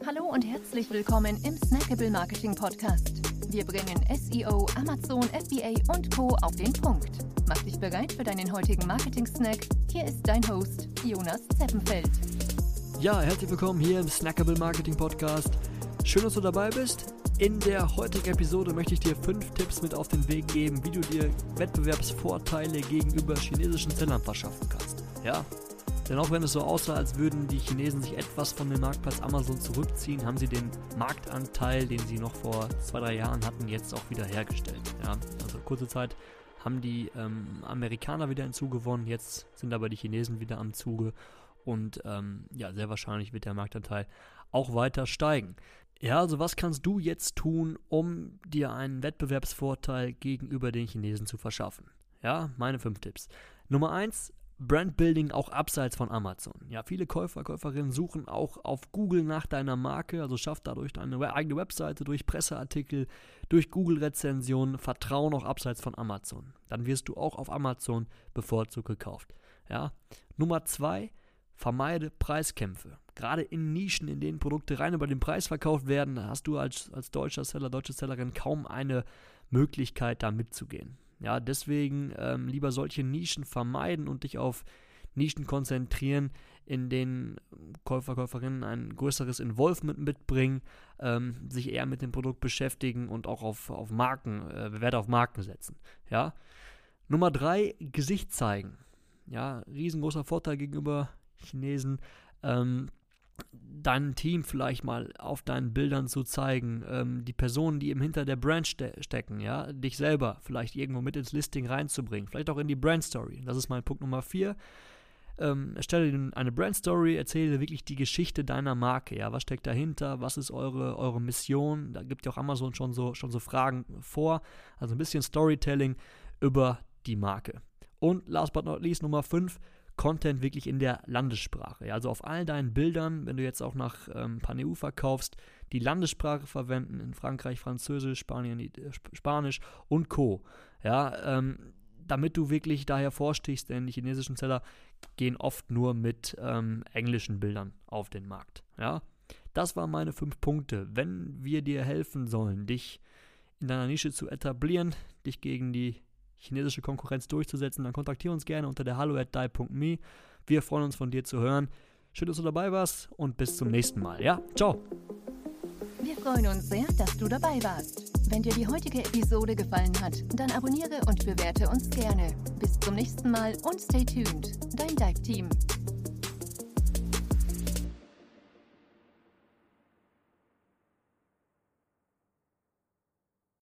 Hallo und herzlich willkommen im Snackable Marketing Podcast. Wir bringen SEO, Amazon, FBA und Co. auf den Punkt. Mach dich bereit für deinen heutigen Marketing-Snack. Hier ist dein Host, Jonas Zeppenfeld. Ja, herzlich willkommen hier im Snackable Marketing Podcast. Schön, dass du dabei bist. In der heutigen Episode möchte ich dir 5 Tipps mit auf den Weg geben, wie du dir Wettbewerbsvorteile gegenüber chinesischen Sellern verschaffen kannst. Ja, denn auch wenn es so aussah, als würden die Chinesen sich etwas von dem Marktplatz Amazon zurückziehen, haben sie den Marktanteil, den sie noch vor 2-3 Jahren hatten, jetzt auch wieder hergestellt. Ja, also kurze Zeit haben die Amerikaner wieder hinzugewonnen, jetzt sind aber die Chinesen wieder am Zuge und sehr wahrscheinlich wird der Marktanteil auch weiter steigen. Ja, also was kannst du jetzt tun, um dir einen Wettbewerbsvorteil gegenüber den Chinesen zu verschaffen? Ja, meine 5 Tipps. Nummer 1, Brandbuilding auch abseits von Amazon. Ja, viele Käuferinnen suchen auch auf Google nach deiner Marke, also schaff dadurch deine eigene Webseite, durch Presseartikel, durch Google-Rezensionen, Vertrauen auch abseits von Amazon. Dann wirst du auch auf Amazon bevorzugt gekauft. Ja. Nummer 2, vermeide Preiskämpfe. Gerade in Nischen, in denen Produkte rein über den Preis verkauft werden, hast du als deutscher Seller, deutsche Sellerin kaum eine Möglichkeit, da mitzugehen. Ja, deswegen lieber solche Nischen vermeiden und dich auf Nischen konzentrieren, in denen Käuferinnen ein größeres Involvement mitbringen, sich eher mit dem Produkt beschäftigen und auch auf Marken, Wert auf Marken setzen. Ja. Nummer 3, Gesicht zeigen. Ja, riesengroßer Vorteil gegenüber Chinesen, dein Team vielleicht mal auf deinen Bildern zu zeigen, die Personen, die eben hinter der Brand stecken, ja, dich selber vielleicht irgendwo mit ins Listing reinzubringen, vielleicht auch in die Brandstory. Das ist mein Punkt Nummer 4. Erstelle dir eine Brandstory, erzähle wirklich die Geschichte deiner Marke, ja, was steckt dahinter, was ist eure Mission, da gibt ja auch Amazon schon so Fragen vor, also ein bisschen Storytelling über die Marke. Und last but not least, Nummer 5, Content wirklich in der Landessprache. Ja, also auf all deinen Bildern, wenn du jetzt auch nach Pan-EU verkaufst, die Landessprache verwenden, in Frankreich Französisch, Spanien Spanisch und Co. Ja, damit du wirklich da hervorstichst, denn die chinesischen Seller gehen oft nur mit englischen Bildern auf den Markt. Ja, das waren meine 5 Punkte. Wenn wir dir helfen sollen, dich in deiner Nische zu etablieren, dich gegen die chinesische Konkurrenz durchzusetzen, dann kontaktiere uns gerne unter der hallo@dai.me. Wir freuen uns, von dir zu hören. Schön, dass du dabei warst und bis zum nächsten Mal. Ja, ciao. Wir freuen uns sehr, dass du dabei warst. Wenn dir die heutige Episode gefallen hat, dann abonniere und bewerte uns gerne. Bis zum nächsten Mal und stay tuned. Dein Dive-Team.